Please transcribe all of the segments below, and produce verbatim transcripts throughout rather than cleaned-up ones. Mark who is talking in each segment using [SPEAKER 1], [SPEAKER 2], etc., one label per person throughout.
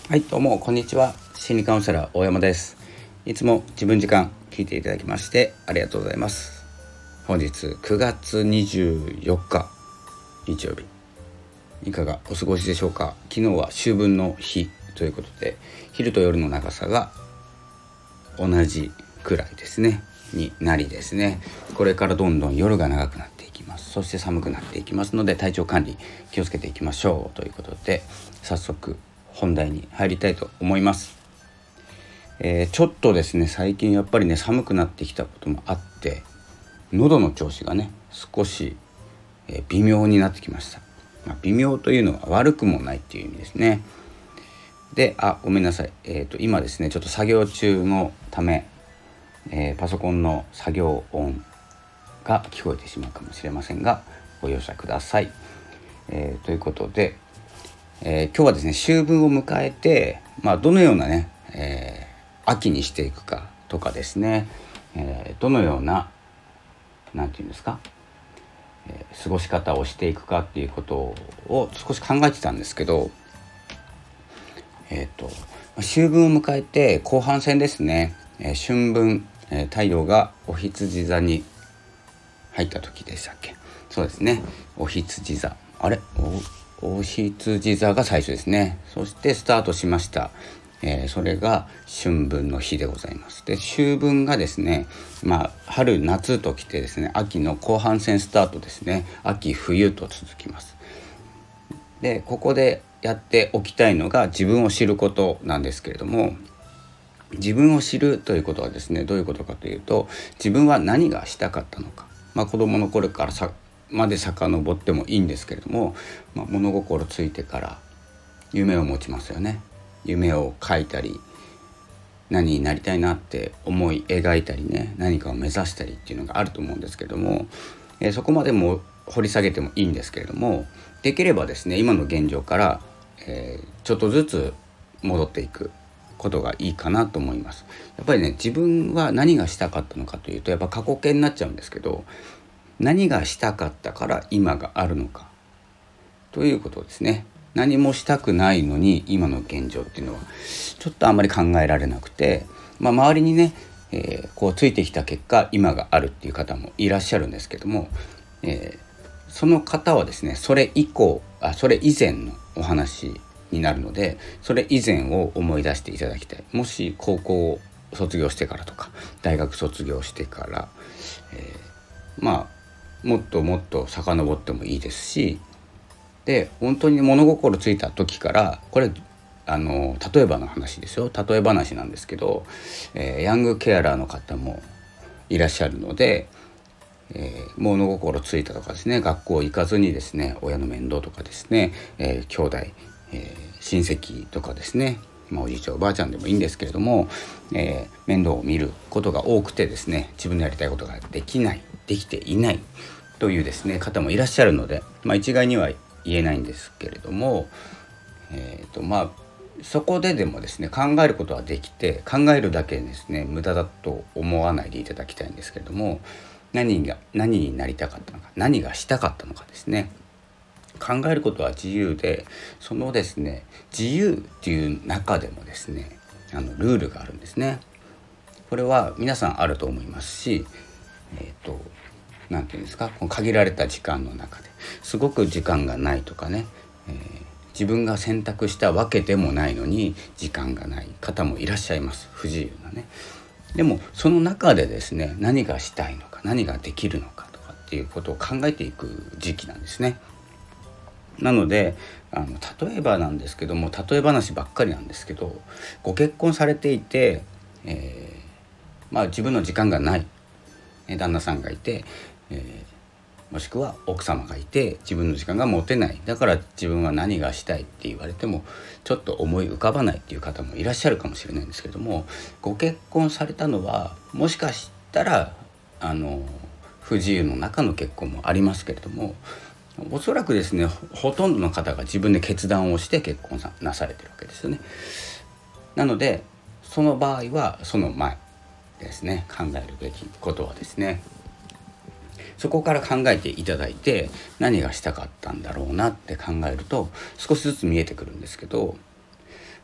[SPEAKER 1] はい、どうもこんにちは。心理カウンセラー大山です。いつも自分時間聞いていただきましてありがとうございます。本日くがつにじゅうよっか日曜日、いかがお過ごしでしょうか。昨日は秋分の日ということで、昼と夜の長さが同じくらいですねになりですね、これからどんどん夜が長くなっていきます。そして寒くなっていきますので、体調管理気をつけていきましょうということで、早速本題に入りたいと思います。えー、ちょっとですね最近やっぱりね寒くなってきたこともあって、喉の調子がね少し、えー、微妙になってきました。まあ、微妙というのは悪くもないっていう意味ですね。で、あ、ごめんなさい、えーと、今ですねちょっと作業中のため、えー、パソコンの作業音が聞こえてしまうかもしれませんがご容赦ください。えー、ということで、えー、今日はですね秋分を迎えて、まあ、どのようなね、えー、秋にしていくかとかですね、えー、どのようななんていうんですか、えー、過ごし方をしていくかっていうことを少し考えてたんですけど、えーと、秋分を迎えて後半戦ですね、えー、春分、えー、太陽がお羊座に入った時でしたっけ。そうですね、お羊座、あれおお羊座が最初ですね。そしてスタートしました、えー、それが春分の日でございます。で、秋分がですね、まあ春夏ときてですね、秋の後半戦スタートですね。秋冬と続きます。で、ここでやっておきたいのが自分を知ることなんですけれども、自分を知るということはですね、どういうことかというと、自分は何がしたかったのか、まあ、子どもの頃からさまで遡ってもいいんですけれども、まあ、物心ついてから夢を持ちますよね。夢を描いたり、何になりたいなって思い描いたりね、何かを目指したりっていうのがあると思うんですけども、えー、そこまでも掘り下げてもいいんですけれども、できればですね今の現状から、えー、ちょっとずつ戻っていくことがいいかなと思います。やっぱりね、自分は何がしたかったのかというと、やっぱ過去形になっちゃうんですけど、何がしたかったから今があるのかということですね。何もしたくないのに今の現状っていうのはちょっとあんまり考えられなくて、まあ、周りにね、えー、こうついてきた結果今があるっていう方もいらっしゃるんですけども、えー、その方はですねそれ以降あそれ以前のお話になるので、それ以前を思い出していただきたい。もし高校を卒業してからとか大学卒業してから、えー、まあもっともっと遡ってもいいですし、で本当に物心ついた時から、これあの例えばの話ですよ、例え話なんですけど、えー、ヤングケアラーの方もいらっしゃるので、えー、物心ついたとかですね、学校行かずにですね親の面倒とかですね、えー、兄弟、えー、親戚とかですね、まあ、おじいちゃんおばあちゃんでもいいんですけれども、えー、面倒を見ることが多くてですね、自分のやりたいことができないできていないというですね方もいらっしゃるので、まあ、一概には言えないんですけれども、えーとまあ、そこででもですね考えることはできて、考えるだけですね無駄だと思わないでいただきたいんですけれども、何が何になりたかったのか、何がしたかったのかですね、考えることは自由で、そのですね自由っていう中でもですねあのルールがあるんですね。これは皆さんあると思いますし、えーとなんていうんですか、この限られた時間の中ですごく時間がないとかね、えー、自分が選択したわけでもないのに時間がない方もいらっしゃいます。不自由なね。でもその中でですね何がしたいのか、何ができるのかとかっていうことを考えていく時期なんですね。なのであの例えばなんですけども、例え話ばっかりなんですけど、ご結婚されていて、えーまあ、自分の時間がない、旦那さんがいて、えー、もしくは奥様がいて自分の時間が持てない、だから自分は何がしたいって言われてもちょっと思い浮かばないっていう方もいらっしゃるかもしれないんですけども、ご結婚されたのはもしかしたらあの不自由の中の結婚もありますけれども、おそらくですねほとんどの方が自分で決断をして結婚なされてるわけですよね。なのでその場合はその前ですね、考えるべきことはですね、そこから考えていただいて、何がしたかったんだろうなって考えると少しずつ見えてくるんですけど、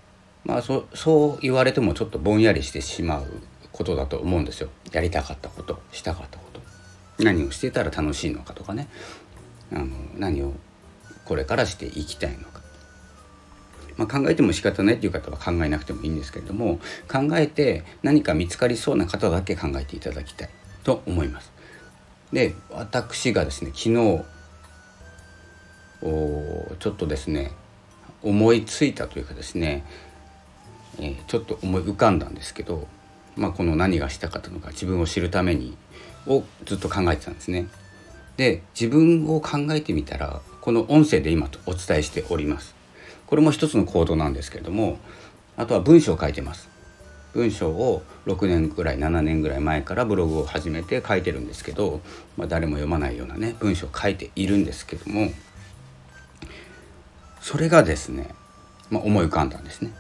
[SPEAKER 1] まあそそう言われてもちょっとぼんやりしてしまうことだと思うんですよ。やりたかったこと、したかったこと、何をしてたら楽しいのかとかね、あの何をこれからしていきたいのか、まあ、考えても仕方ないっていう方は考えなくてもいいんですけれども、考えて何か見つかりそうな方だけ考えていただきたいと思います。で、私がですね、昨日ちょっとですね思いついたというかですね、えー、ちょっと思い浮かんだんですけど、まあ、この何がしたかったのか、自分を知るためにをずっと考えてたんですね。で、自分を考えてみたら、この音声で今お伝えしております。これも一つの行動なんですけれども、あとは文章を書いてます。文章をろくねんぐらいななねんぐらい前からブログを始めて書いてるんですけど、まあ、誰も読まないようなね文章を書いているんですけども、それがですね、まあ、思い浮かんだんですね。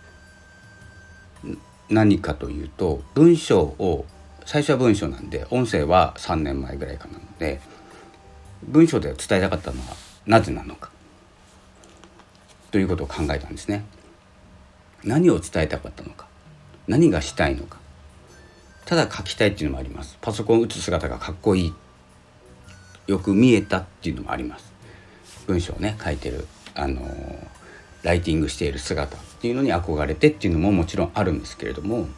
[SPEAKER 1] 何かというと、文章を最初は文章なんで、音声はさんねんまえぐらいかなので、文章で伝えたかったのはなぜなのかということを考えたんですね。何を伝えたかったのか、何がしたいのか。ただ書きたいっていうのもあります。パソコン打つ姿がかっこいい、よく見えたっていうのもあります。文章をね書いてる、あのー、ライティングしている姿っていうのに憧れてっていうのももちろんあるんですけれども、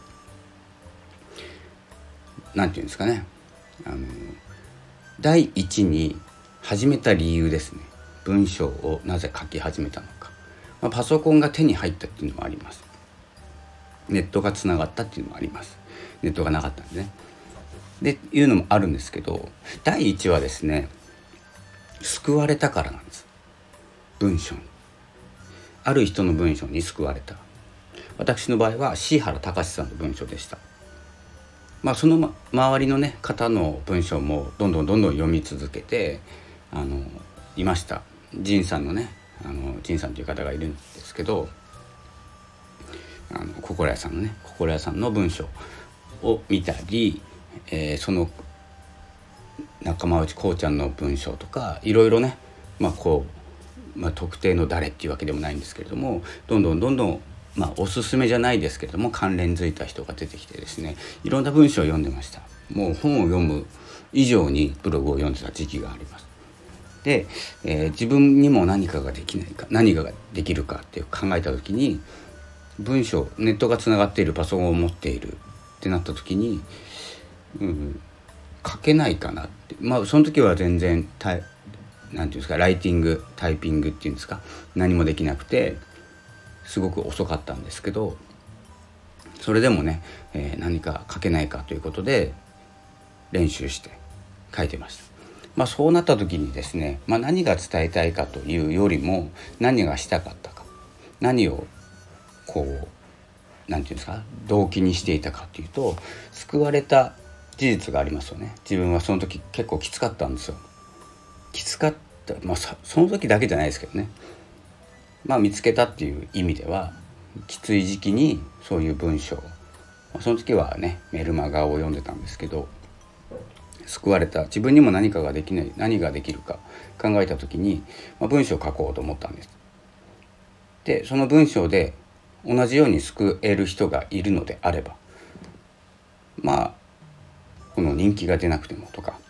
[SPEAKER 1] なんていうんですかね、あのー、第一に始めた理由ですね。文章をなぜ書き始めたのか、まあ、パソコンが手に入ったっていうのもあります。ネットがつながったっていうのもあります。ネットがなかったんでねでいうのもあるんですけど、第一はですね、救われたからなんです。文章に、ある人の文章に救われた。私の場合は椎原隆さんの文章でした。まあその、ま、周りのね方の文章もどんどんどんどん読み続けて、あのいました。仁さんのね、あの仁さんという方がいるんですけど、あの心屋さんのね心屋さんの文章を見たり、えー、その仲間内こうちゃんの文章とかいろいろね、まあこう、まあ、特定の誰っていうわけでもないんですけれども、どんどんどんどん、まあ、おすすめじゃないですけれども関連づいた人が出てきてですね、いろんな文章を読んでました。もう本を読む以上にブログを読んでた時期があります。で、えー、自分にも何かができないか、何かができるかって考えた時に、文章、ネットがつながっているパソコンを持っているってなった時に、うん、書けないかなって。まあその時は全然タイなんていうんですか、ライティングタイピングっていうんですか、何もできなくてすごく遅かったんですけど、それでもね、えー、何か書けないかということで練習して書いてました。まあそうなった時にですね、まあ、何が伝えたいかというよりも何がしたかったか、何をこうなんていうんですか、動機にしていたかというと、救われた事実がありますよね。自分はその時結構きつかったんですよ。きつかった、まあその時だけじゃないですけどね、まあ見つけたっていう意味ではきつい時期にそういう文章、その時はねメルマガを読んでたんですけど、救われた、自分にも何かができない、何ができるか考えた時に、まあ、文章を書こうと思ったんです。でその文章で同じように救える人がいるのであれば、まあこの人気が出なくてもとか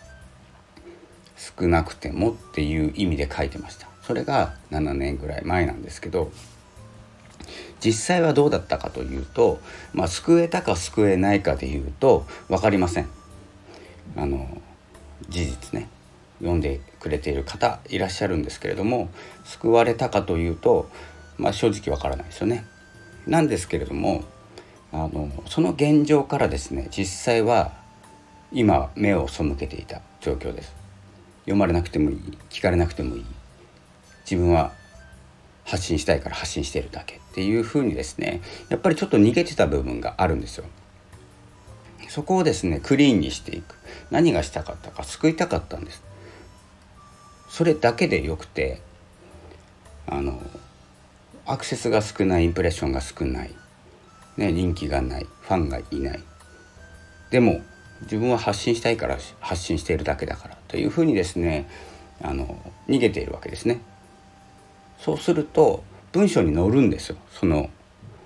[SPEAKER 1] 少なくてもっていう意味で書いてました。それがななねんぐらい前なんですけど、実際はどうだったかというと、まあ救えたか救えないかでいうと分かりません。あの事実ね、読んでくれている方いらっしゃるんですけれども、救われたかというと、まあ、正直わからないですよね。なんですけれども、あのその現状からですね、実際は今目を背けていた状況です。読まれなくてもいい、聞かれなくてもいい、自分は発信したいから発信しているだけっていうふうにですね、やっぱりちょっと逃げてた部分があるんですよ。そこをですねクリーンにしていく。何がしたかったか、救いたかったんです。それだけでよくて、あのアクセスが少ない、インプレッションが少ない、ね、人気がない、ファンがいない、でも自分は発信したいから発信しているだけだからというふうにですね、あの逃げているわけですね。そうすると文章に載るんですよ。その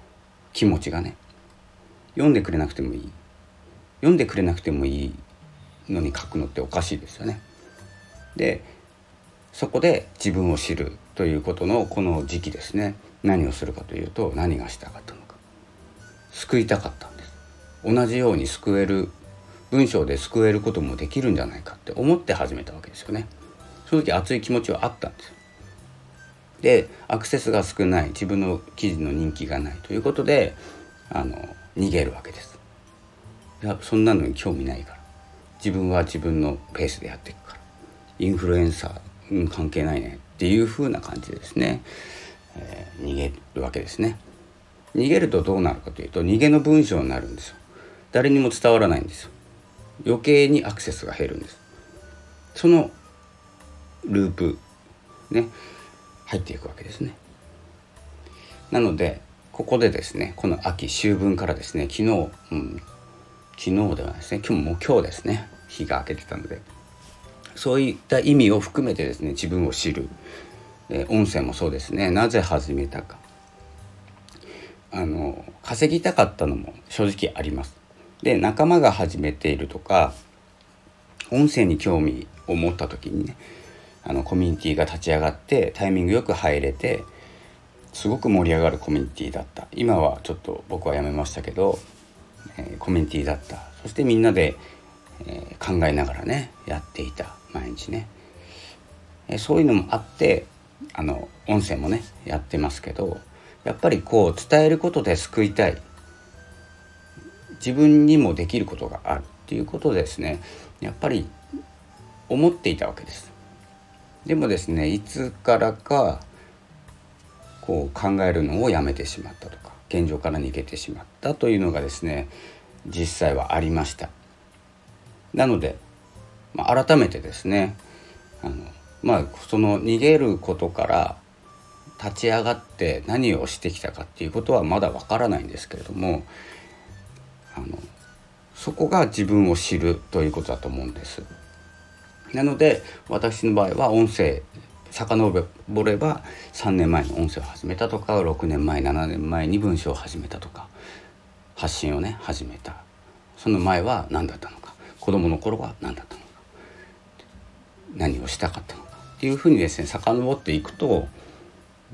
[SPEAKER 1] 気持ちがね、読んでくれなくてもいい読んでくれなくてもいいのに書くのっておかしいですよね。でそこで自分を知るということのこの時期ですね、何をするかというと、何がしたかったのか、救いたかったんです。同じように救える、文章で救えることもできるんじゃないかって思って始めたわけですよね。その時熱い気持ちはあったんですよ。でアクセスが少ない、自分の記事の人気がないということであの逃げるわけです。いやそんなのに興味ないから、自分は自分のペースでやっていくから、インフルエンサー、うん、関係ないねっていう風な感じでですね、えー、逃げるわけですね。逃げるとどうなるかというと、逃げの文章になるんですよ。誰にも伝わらないんですよ。余計にアクセスが減るんです。そのループね、入っていくわけですね。なのでここでですね、この秋秋分からですね、昨日、うん、昨日ではないですね、今日もう今日ですね、日が明けてたので、そういった意味を含めてですね、自分を知る、えー、音声もそうですね、なぜ始めたか、あの稼ぎたかったのも正直あります。で仲間が始めているとか、音声に興味を持った時にね、あのコミュニティが立ち上がってタイミングよく入れて、すごく盛り上がるコミュニティだった。今はちょっと僕はやめましたけど、えー、コミュニティだった。そしてみんなで、えー、考えながらねやっていた、毎日ね、えー、そういうのもあって、あの音声もねやってますけど、やっぱりこう伝えることで救いたい、自分にもできることがあるっていうことですね、やっぱり思っていたわけです。でもですね、いつからかこう考えるのをやめてしまったとか、現状から逃げてしまったというのがですね、実際はありました。なので、まあ、改めてですね、あのまあその逃げることから立ち上がって何をしてきたかっていうことはまだわからないんですけれども、あのそこが自分を知るということだと思うんです。なので私の場合は音声遡ればさんねんまえの音声を始めたとか、ろくねんまえななねんまえに文章を始めたとか、発信をね始めた、その前は何だったのか、子供の頃は何だったのか、何をしたかったのかっていうふうにですね遡っていくと、うん、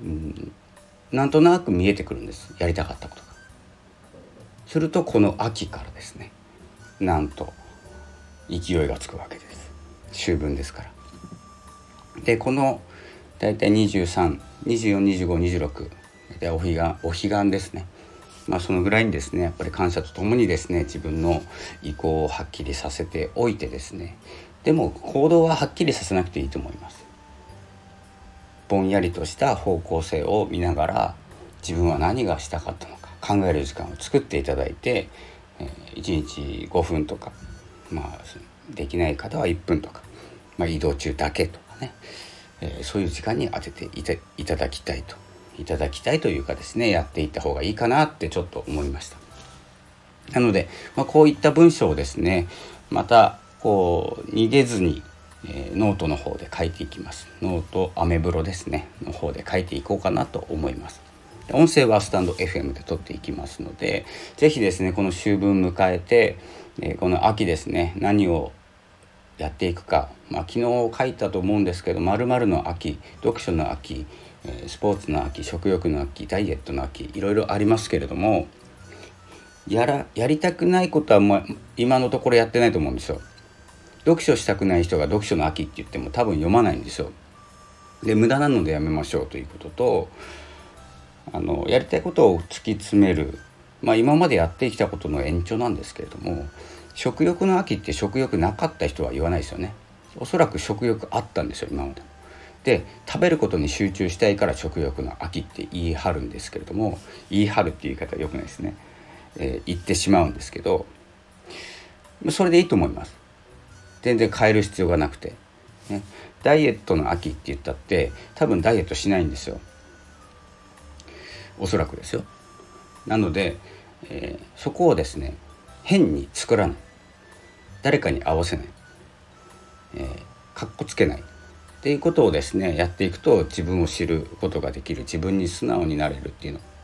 [SPEAKER 1] なんとなく見えてくるんです、やりたかったことが。するとこの秋からですね、なんと勢いがつくわけです。秋分ですから。でこのだいたいにじゅうさん、にじゅうよん、にじゅうご、にじゅうろくでお彼岸、お彼岸ですね。まあそのぐらいにですね、やっぱり感謝とともにですね、自分の意向をはっきりさせておいてですね、でも行動ははっきりさせなくていいと思います。ぼんやりとした方向性を見ながら、自分は何がしたかったのか考える時間を作っていただいて、えー、いちにちごふんとか、まあできない方はいっぷんとか、まあ、移動中だけとかね、えー、そういう時間に当てていた、いただきたいといただきたいというかですね、やっていった方がいいかなってちょっと思いました。なので、まあ、こういった文章をですね、またこう逃げずに、えー、ノートの方で書いていきます。ノートアメブロですねの方で書いていこうかなと思います。音声はスタンド エフエム で撮っていきますので、ぜひですねこの秋分迎えて、えー、この秋ですね、何をやっていくか、まあ、昨日書いたと思うんですけど、〇〇の秋、読書の秋、えー、スポーツの秋、食欲の秋、ダイエットの秋、いろいろありますけれども、やらやりたくないことはもう今のところやってないと思うんですよ。読書したくない人が読書の秋って言っても多分読まないんですよ。で無駄なのでやめましょうということと、あのやりたいことを突き詰める、まあ今までやってきたことの延長なんですけれども、食欲の秋って食欲なかった人は言わないですよね。おそらく食欲あったんですよ今まで。で食べることに集中したいから食欲の秋って言い張るんですけれども、言い張るっていう言い方は良くないですね、えー、言ってしまうんですけど、それでいいと思います。全然変える必要がなくて、ね、ダイエットの秋って言ったって多分ダイエットしないんですよ、おそらくですよ。なので、えー、そこをですね変に作らない、誰かに合わせない、えー、かっこつけないっていうことをですねやっていくと、自分を知ることができる、自分に素直になれるっていうの、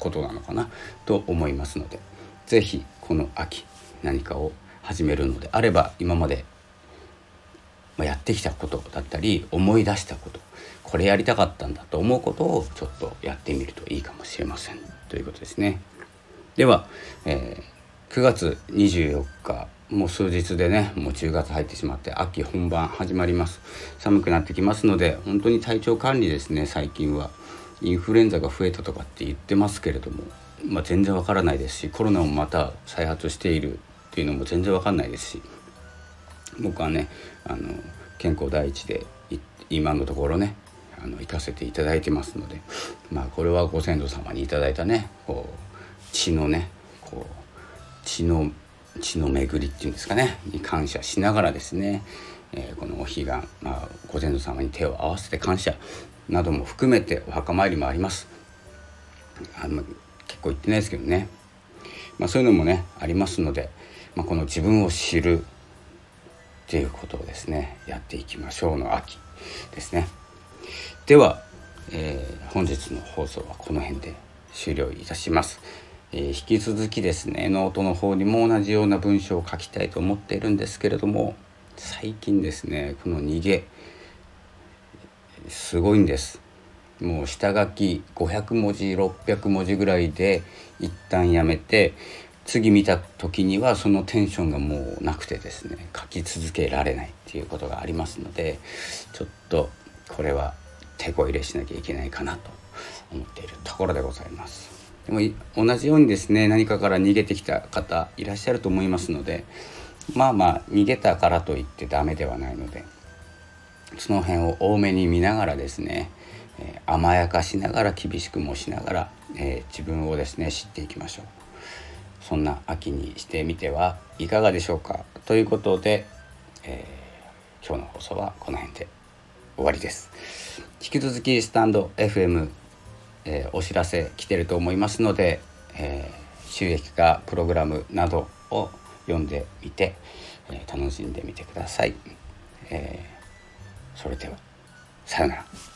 [SPEAKER 1] ことなのかなと思いますので、ぜひこの秋何かを始めるのであれば、今までやってきたことだったり思い出したこと、これやりたかったんだと思うことをちょっとやってみるといいかもしれませんということですね。では、えー、くがつにじゅうよっか、もう数日でね、もうじゅうがつ入ってしまって秋本番始まります。寒くなってきますので、本当に体調管理ですね。最近はインフルエンザが増えたとかって言ってますけれども、まあ、全然わからないですし、コロナもまた再発しているっていうのも全然わかんないですし、僕はね、あの健康第一で今のところね、あの行かせていただいてますので、まあこれはご先祖様にいただいたね、こう血のね、こう血の血の巡りっていうんですかね、に感謝しながらですね、えー、このお彼岸、まあ、ご先祖様に手を合わせて感謝なども含めてお墓参りもあります。あの結構行ってないですけどね、まあ、そういうのもねありますので、まあ、この自分を知るっていうことをですねやっていきましょうの秋ですね。では、えー、本日の放送はこの辺で終了いたします。えー、引き続きですね、ノートの方にも同じような文章を書きたいと思っているんですけれども、最近ですね、この逃げすごいんです。もう下書きごひゃくもじろっぴゃくもじぐらいで一旦やめて、次見た時にはそのテンションがもうなくてですね、書き続けられないっていうことがありますので、ちょっとこれは手こ入れしなきゃいけないかなと思っているところでございます。でも同じようにですね、何かから逃げてきた方いらっしゃると思いますので、まあまあ逃げたからといってダメではないので、その辺を多めに見ながらですね、えー、甘やかしながら厳しくもしながら、えー、自分をですね知っていきましょう。そんな秋にしてみてはいかがでしょうか。ということで、えー、今日の放送はこの辺で終わりです。引き続きスタンド エフエム、えー、お知らせ来てると思いますので、えー、収益化プログラムなどを読んでみて、えー、楽しんでみてください。えー、それではさようなら。